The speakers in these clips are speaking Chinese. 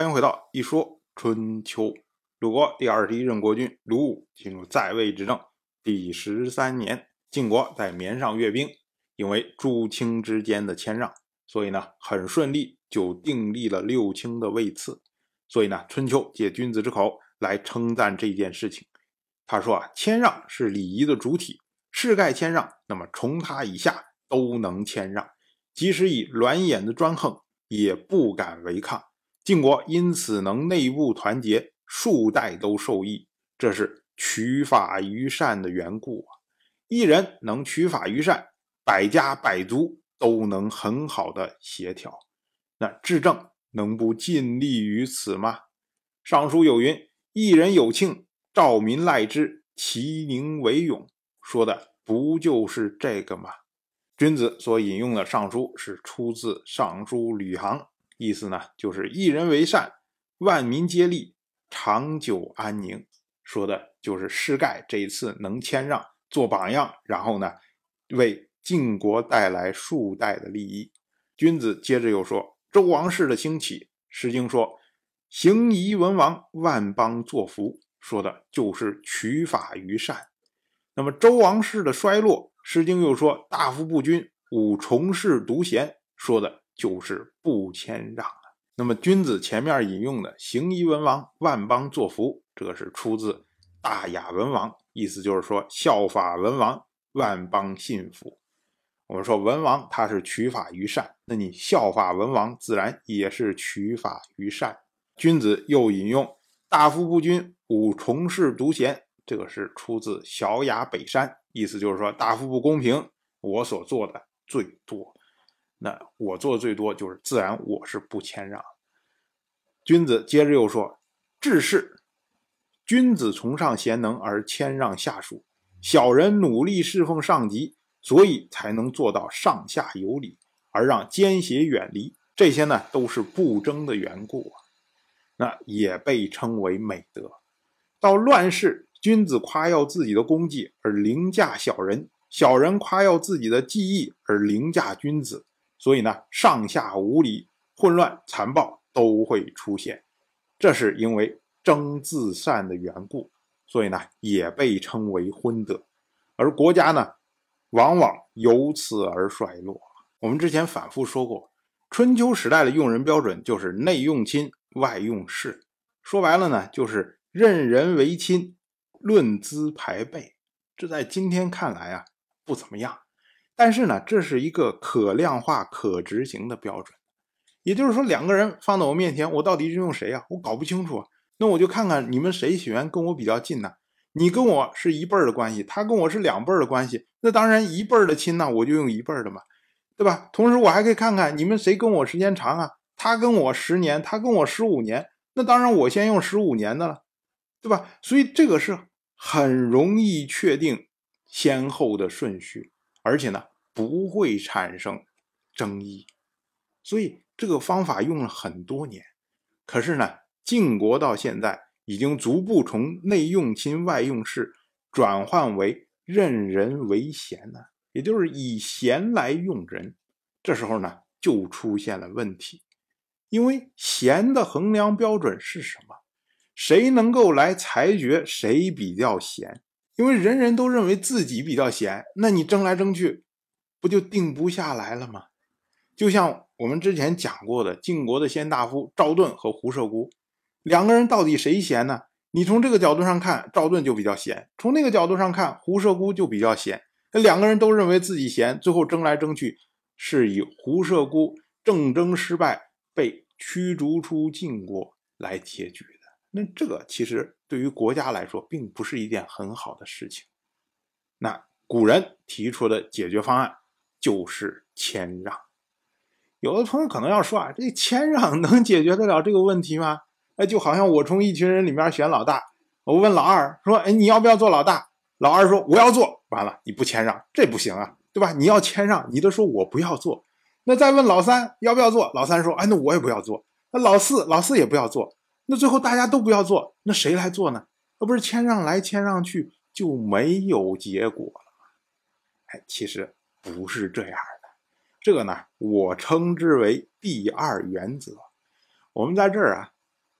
欢迎回到一说春秋。鲁国第21任国君鲁武进入在位执政第13年，晋国在绵上阅兵，因为诸卿之间的谦让，所以呢很顺利就订立了六卿的位次。所以呢春秋借君子之口来称赞这件事情。他说谦让是礼仪的主体，世盖谦让，那么从他以下都能谦让，即使以卵眼的专横也不敢违抗。晋国因此能内部团结，数代都受益，这是取法于善的缘故。一人能取法于善，百家百族都能很好的协调。那治政能不尽力于此吗？尚书有云：一人有庆，兆民赖之，其宁为永。说的不就是这个吗？君子所引用的尚书是出自尚书吕行，意思呢就是一人为善，万民皆利，长久安宁。说的就是世盖这一次能谦让做榜样，然后呢为晋国带来数代的利益。君子接着又说周王室的兴起，诗经说行夷文王，万邦作福，说的就是取法于善。那么周王室的衰落，诗经又说大夫不均，吾从事独贤，说的就是不谦让。那么君子前面引用的行夷文王，万邦作福，这个是出自大雅文王，意思就是说效法文王，万邦信服。我们说文王他是取法于善，那你效法文王自然也是取法于善。君子又引用大夫不均，吾从事独贤，这个是出自小雅北山，意思就是说大夫不公平，我所做的最多，那我做的最多就是自然我是不谦让。君子接着又说治世，君子崇尚贤能而谦让下属，小人努力侍奉上级，所以才能做到上下有礼，而让奸邪远离，这些呢都是不争的缘故，那也被称为美德。到乱世，君子夸耀自己的功绩而凌驾小人，小人夸耀自己的技艺而凌驾君子，所以呢上下无礼，混乱残暴都会出现。这是因为争自善的缘故，所以呢也被称为昏德，而国家呢往往由此而衰落。我们之前反复说过，春秋时代的用人标准就是内用亲，外用士，说白了呢就是任人为亲，论资排辈。这在今天看来啊不怎么样，但是呢这是一个可量化可执行的标准。也就是说两个人放到我面前，我到底是用谁啊？我搞不清楚啊。那我就看看你们谁血缘跟我比较近呢？你跟我是一辈儿的关系，他跟我是两辈儿的关系，那当然一辈儿的亲呢我就用一辈儿的嘛，对吧？同时我还可以看看你们谁跟我时间长啊，他跟我10年，他跟我15年，那当然我先用15年的了，对吧？所以这个是很容易确定先后的顺序，而且呢不会产生争议。所以这个方法用了很多年，可是呢晋国到现在已经逐步从内用亲外用士转换为任人为贤呢，也就是以贤来用人。这时候呢就出现了问题，因为贤的衡量标准是什么？谁能够来裁决谁比较贤？因为人人都认为自己比较贤，那你争来争去不就定不下来了吗？就像我们之前讲过的晋国的先大夫赵盾和胡射孤，两个人到底谁贤呢？你从这个角度上看赵盾就比较贤，从那个角度上看胡射孤就比较贤，两个人都认为自己贤，最后争来争去是以胡射孤政争失败被驱逐出晋国来结局的。那这个其实对于国家来说并不是一件很好的事情。那古人提出的解决方案就是谦让。有的朋友可能要说啊，这谦让能解决得了这个问题吗？就好像我从一群人里面选老大，我问老二说你要不要做老大？老二说我要做，完了你不谦让，这不行啊，对吧？你要谦让，你得说我不要做。那再问老三要不要做？老三说那我也不要做。那老四也不要做。那最后大家都不要做，那谁来做呢？那不是谦让来谦让去就没有结果了。其实不是这样的。这个呢我称之为第二原则。我们在这儿啊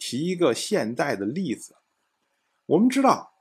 提一个现在的例子。我们知道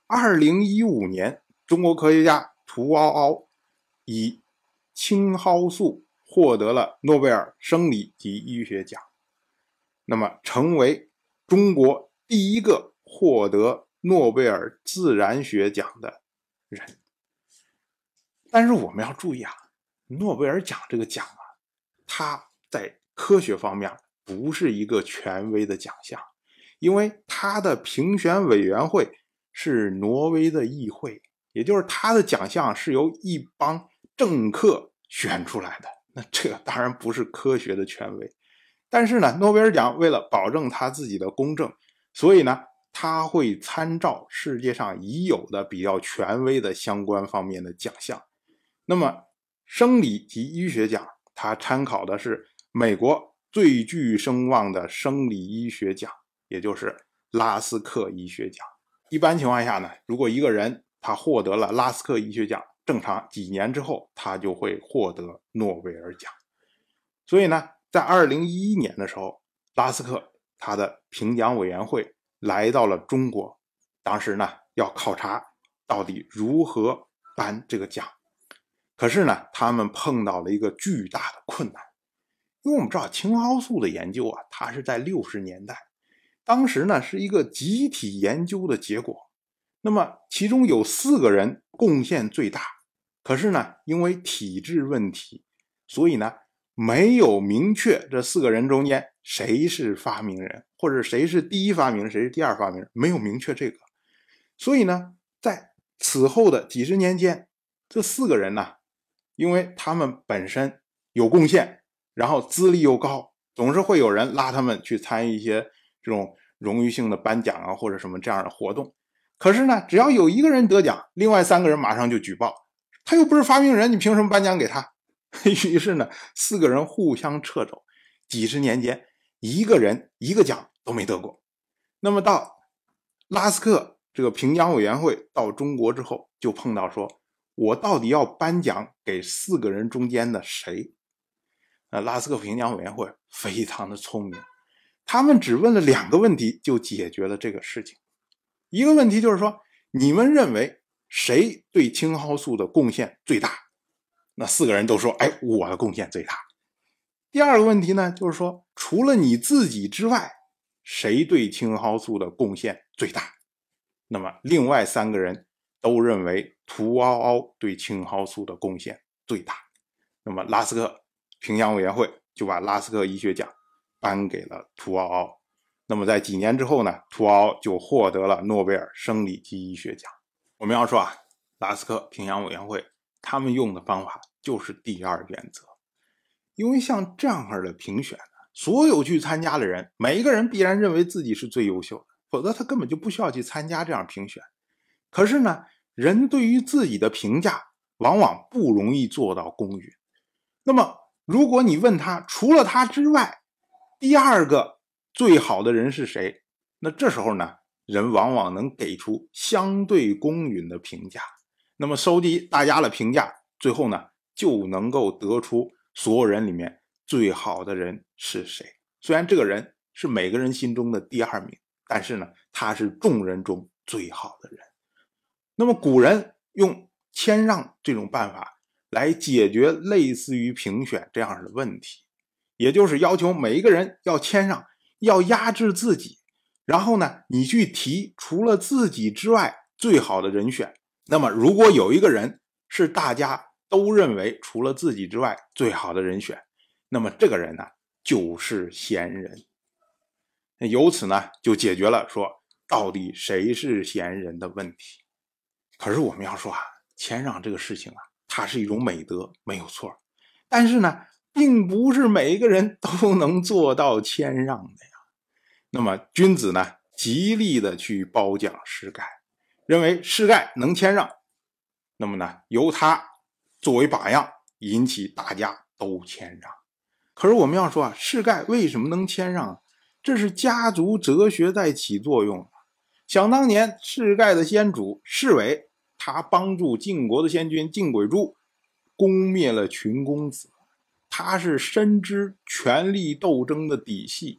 2015年中国科学家屠媪媪以青蒿素获得了诺贝尔生理及医学奖，那么成为中国第一个获得诺贝尔自然学奖的人。但是我们要注意啊，诺贝尔奖这个奖啊，它在科学方面不是一个权威的奖项，因为它的评选委员会是挪威的议会，也就是它的奖项是由一帮政客选出来的，那这当然不是科学的权威。但是呢，诺贝尔奖为了保证他自己的公正，所以呢，他会参照世界上已有的比较权威的相关方面的奖项。那么生理及医学奖，它参考的是美国最具声望的生理医学奖，也就是拉斯克医学奖。一般情况下呢，如果一个人他获得了拉斯克医学奖，正常几年之后他就会获得诺贝尔奖。所以呢，在2011年的时候，拉斯克他的评奖委员会来到了中国，当时呢要考察到底如何颁这个奖。可是呢，他们碰到了一个巨大的困难，因为我们知道青蒿素的研究啊，它是在60年代，当时呢是一个集体研究的结果。那么其中有4个人贡献最大，可是呢，因为体制问题，所以呢没有明确这4个人中间谁是发明人，或者谁是第一发明人，谁是第二发明人，没有明确这个。所以呢，在此后的几十年间，这4个人呢，因为他们本身有贡献，然后资历又高，总是会有人拉他们去参与一些这种荣誉性的颁奖啊，或者什么这样的活动。可是呢，只要有一个人得奖，另外3个人马上就举报，他又不是发明人，你凭什么颁奖给他？于是呢，4个人互相掣肘，几十年间一个人一个奖都没得过。那么到拉斯克这个评奖委员会到中国之后，就碰到说，我到底要颁奖给4个人中间的谁？拉斯克评奖委员会非常的聪明，他们只问了2个问题就解决了这个事情。一个问题就是说，你们认为谁对青蒿素的贡献最大？那4个人都说，哎，我的贡献最大。第二个问题呢，就是说，除了你自己之外，谁对青蒿素的贡献最大？那么另外3个人都认为屠媪媪对青蒿素的贡献最大。那么拉斯克评奖委员会就把拉斯克医学奖颁给了屠媪媪。那么在几年之后呢，屠媪媪就获得了诺贝尔生理及医学奖。我们要说啊，拉斯克评奖委员会他们用的方法就是第二原则。因为像这样的评选呢，所有去参加的人，每一个人必然认为自己是最优秀的，否则他根本就不需要去参加这样评选。可是呢，人对于自己的评价往往不容易做到公允。那么如果你问他除了他之外第二个最好的人是谁，那这时候呢，人往往能给出相对公允的评价。那么收集大家的评价，最后呢就能够得出所有人里面最好的人是谁。虽然这个人是每个人心中的第2名，但是呢他是众人中最好的人。那么古人用谦让这种办法来解决类似于评选这样的问题，也就是要求每一个人要谦让，要压制自己，然后呢你去提除了自己之外最好的人选。那么如果有一个人是大家都认为除了自己之外最好的人选，那么这个人呢就是贤人。由此呢就解决了说到底谁是贤人的问题。可是我们要说啊，谦让这个事情啊，它是一种美德，没有错。但是呢，并不是每一个人都能做到谦让的呀。那么君子呢，极力的去褒奖施盖，认为施盖能谦让，那么呢，由他作为榜样，引起大家都谦让。可是我们要说啊，施盖为什么能谦让？这是家族哲学在起作用。想当年，施盖的先主施伟，他帮助晋国的先君晋轨珠攻灭了群公子，他是深知权力斗争的底细，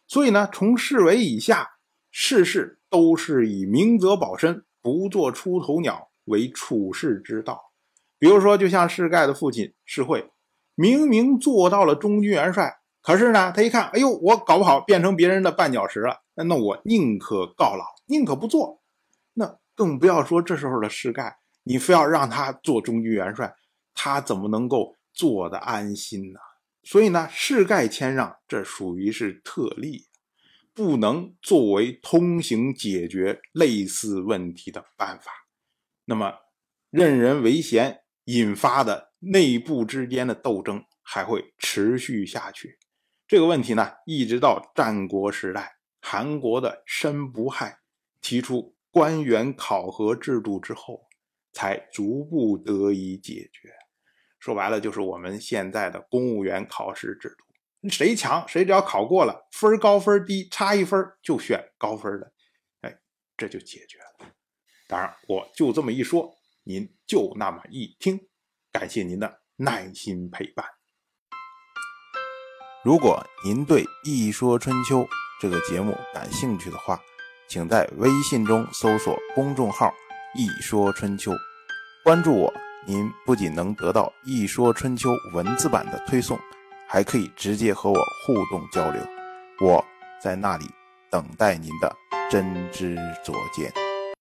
所以呢，从市委以下，事事都是以明哲保身，不做出头鸟为处世之道。比如说，就像世盖的父亲世会，明明做到了中军元帅，可是呢，他一看，哎呦，我搞不好变成别人的绊脚石了，那我宁可告老，宁可不做。那更不要说这时候的世盖，你非要让他做中军元帅，他怎么能够做得安心呢？所以呢，世盖谦让，这属于是特例，不能作为通行解决类似问题的办法。那么任人唯贤引发的内部之间的斗争还会持续下去。这个问题呢，一直到战国时代，韩国的申不害提出官员考核制度之后，才逐步得以解决。说白了，就是我们现在的公务员考试制度，谁强谁只要考过了，分高分低差1分就选高分的，这就解决了。当然我就这么一说，您就那么一听，感谢您的耐心陪伴。如果您对《一说春秋》这个节目感兴趣的话，请在微信中搜索公众号“一说春秋”，关注我，您不仅能得到《一说春秋》文字版的推送，还可以直接和我互动交流。我在那里等待您的真知灼见。